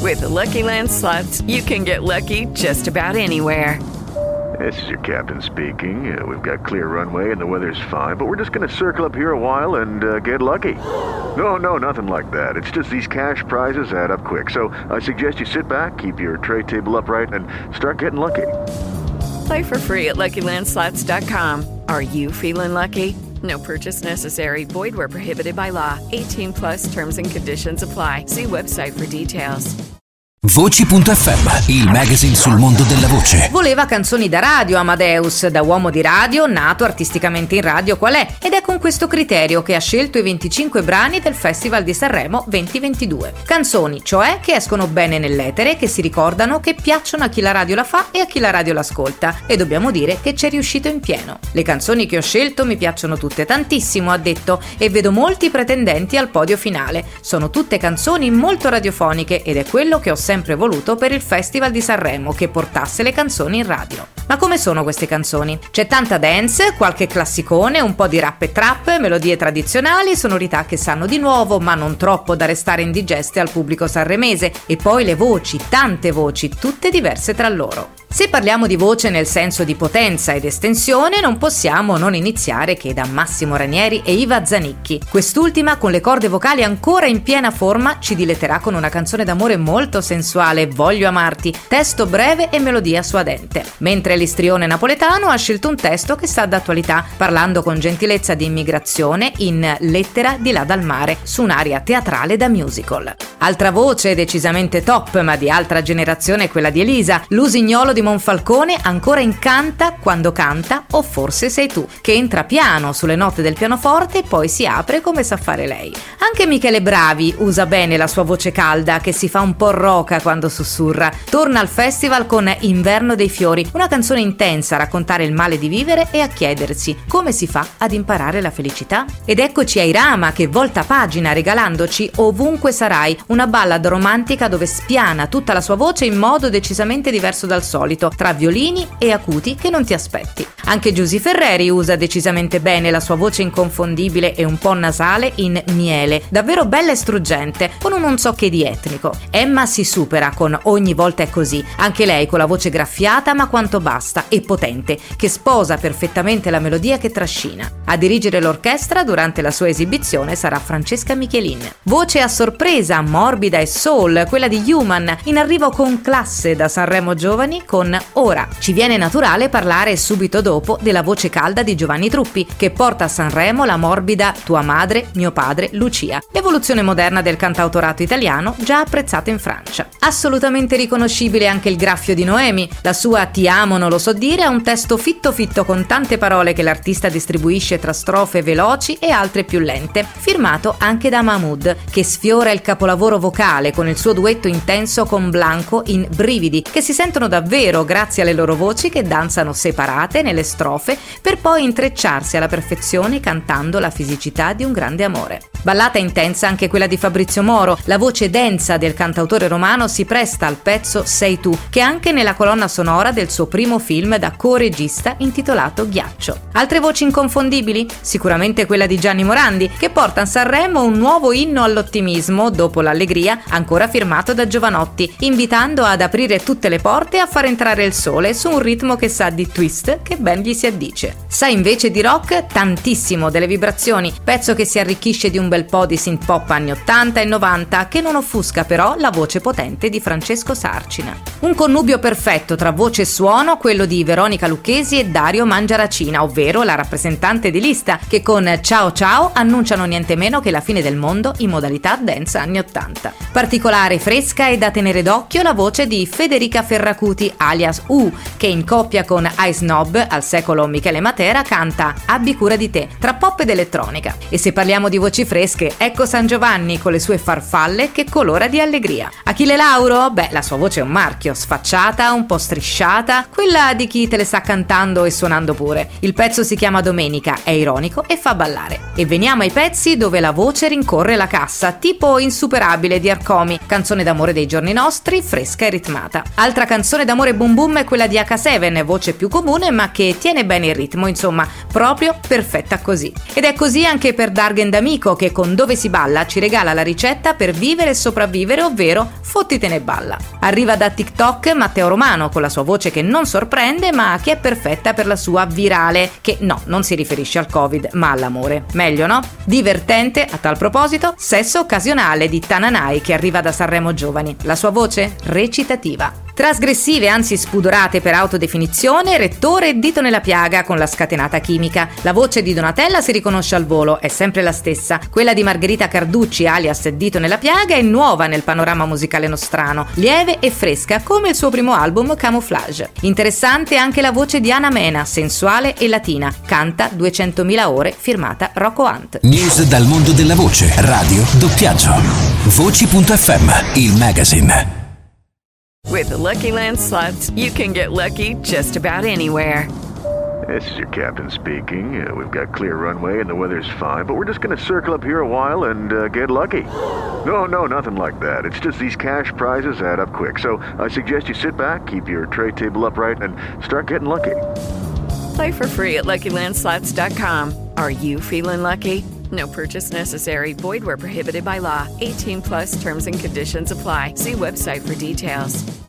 With the Lucky Land Slots, you can get lucky just about anywhere. This is your captain speaking. We've got clear runway and the weather's fine, but we're just going to circle up here a while and get lucky. No, nothing like that. It's just these cash prizes add up quick. So I suggest you sit back, keep your tray table upright, and start getting lucky. Play for free at LuckyLandSlots.com. Are you feeling lucky? No purchase necessary. Void where prohibited by law. 18 plus terms and conditions apply. See website for details. Voci.fm, il magazine sul mondo della voce. Voleva canzoni da radio Amadeus, da uomo di radio, nato artisticamente in radio qual è, ed è con questo criterio che ha scelto i 25 brani del Festival di Sanremo 2022. Canzoni, cioè, che escono bene nell'etere, che si ricordano, che piacciono a chi la radio la fa e a chi la radio l'ascolta, e dobbiamo dire che c'è riuscito in pieno. Le canzoni che ho scelto mi piacciono tutte tantissimo, ha detto, e vedo molti pretendenti al podio finale. Sono tutte canzoni molto radiofoniche ed è quello che ho sempre voluto per il Festival di Sanremo, che portasse le canzoni in radio. Ma come sono queste canzoni? C'è tanta dance, qualche classicone, un po' di rap e trap, melodie tradizionali, sonorità che sanno di nuovo, ma non troppo da restare indigeste al pubblico sanremese, e poi le voci, tante voci, tutte diverse tra loro. Se parliamo di voce nel senso di potenza ed estensione, non possiamo non iniziare che da Massimo Ranieri e Iva Zanicchi. Quest'ultima, con le corde vocali ancora in piena forma, ci diletterà con una canzone d'amore molto sensuale, Voglio amarti, testo breve e melodia suadente. Mentre l'istrione napoletano ha scelto un testo che sta d'attualità, parlando con gentilezza di immigrazione in Lettera di là dal mare, su un'aria teatrale da musical. Altra voce decisamente top, ma di altra generazione, è quella di Elisa, l'usignolo di Monfalcone, ancora incanta quando canta O forse sei tu, che entra piano sulle note del pianoforte e poi si apre come sa fare lei. Anche Michele Bravi usa bene la sua voce calda, che si fa un po' roca quando sussurra. Torna al festival con Inverno dei fiori, una canzone intensa a raccontare il male di vivere e a chiedersi come si fa ad imparare la felicità. Ed eccoci ai Rama, che volta pagina regalandoci Ovunque sarai, una ballad romantica dove spiana tutta la sua voce in modo decisamente diverso dal solito, tra violini e acuti che non ti aspetti. Anche Giusy Ferreri usa decisamente bene la sua voce inconfondibile e un po' nasale in Miele, davvero bella e struggente, con un non so che di etnico. Emma si supera con Ogni volta è così, anche lei con la voce graffiata ma quanto basta e potente, che sposa perfettamente la melodia che trascina. A dirigere l'orchestra durante la sua esibizione sarà Francesca Michelin. Voce a sorpresa, morbida e soul, quella di Human, in arrivo con classe da Sanremo Giovani con Ora. Ci viene naturale parlare subito dopo della voce calda di Giovanni Truppi, che porta a Sanremo la morbida Tua madre, mio padre, Lucia, l'evoluzione moderna del cantautorato italiano già apprezzata in Francia. Assolutamente riconoscibile anche il graffio di Noemi, la sua Ti amo non lo so dire è un testo fitto con tante parole che l'artista distribuisce tra strofe veloci e altre più lente, firmato anche da Mahmood, che sfiora il capolavoro vocale con il suo duetto intenso con Blanco in Brividi, che si sentono davvero grazie alle loro voci che danzano separate nelle strofe per poi intrecciarsi alla perfezione cantando la fisicità di un grande amore. Ballata intensa anche quella di Fabrizio Moro, la voce densa del cantautore romano si presta al pezzo Sei tu, che anche nella colonna sonora del suo primo film da co-regista intitolato Ghiaccio. Altre voci inconfondibili? Sicuramente quella di Gianni Morandi, che porta a Sanremo un nuovo inno all'ottimismo dopo l'allegria, ancora firmato da Giovanotti, invitando ad aprire tutte le porte e a far entrare il sole su un ritmo che sa di twist che ben gli si addice. Sa invece di rock tantissimo, delle vibrazioni, pezzo che si arricchisce di un bel po' di synth pop anni 80 e 90 che non offusca però la voce potente di Francesco Sarcina. Un connubio perfetto tra voce e suono, quello di Veronica Lucchesi e Dario Mangiaracina, ovvero la rappresentante di lista, che con Ciao Ciao annunciano niente meno che la fine del mondo in modalità dance anni 80. Particolare, fresca e da tenere d'occhio la voce di Federica Ferracuti alias U, che in coppia con Ice Snob, al secolo Michele Matera, canta Abbi cura di te, tra pop ed elettronica. E se parliamo di voci fresche, ecco San Giovanni con le sue farfalle che colora di allegria. Achille Lauro? Beh, la sua voce è un marchio, sfacciata, un po' strisciata, quella di chi te le sta cantando e suonando pure. Il pezzo si chiama Domenica, è ironico e fa ballare. E veniamo ai pezzi dove la voce rincorre la cassa, tipo Insuperabile di Arcomi, canzone d'amore dei giorni nostri, fresca e ritmata. Altra canzone d'amore Boom Boom è quella di H7, voce più comune ma che tiene bene il ritmo, insomma, proprio perfetta così. Ed è così anche per Dargen D'Amico, che con Dove si balla ci regala la ricetta per vivere e sopravvivere, ovvero fottitene balla. Arriva da TikTok Matteo Romano con la sua voce che non sorprende ma che è perfetta per la sua virale, che no, non si riferisce al Covid ma all'amore. Meglio, no? Divertente, a tal proposito, Sesso occasionale di Tananai, che arriva da Sanremo Giovani. La sua voce? Recitativa. Trasgressive, anzi spudorate per autodefinizione, Rettore e Dito nella piaga con La scatenata chimica. La voce di Donatella si riconosce al volo, è sempre la stessa. Quella di Margherita Carducci, alias Dito nella piaga, è nuova nel panorama musicale nostrano, lieve e fresca come il suo primo album Camouflage. Interessante anche la voce di Ana Mena, sensuale e latina. Canta 200.000 ore, firmata Rocco Hunt. News dal mondo della voce, radio, doppiaggio. Voci.fm, il magazine. With the Lucky Land Slots, you can get lucky just about anywhere. This is your captain speaking. We've got clear runway and the weather's fine, but we're just going to circle up here a while and get lucky. No, nothing like that. It's just these cash prizes add up quick. So I suggest you sit back, keep your tray table upright, and start getting lucky. Play for free at LuckyLandSlots.com. Are you feeling lucky? No purchase necessary. Void where prohibited by law. 18+ terms and conditions apply. See website for details.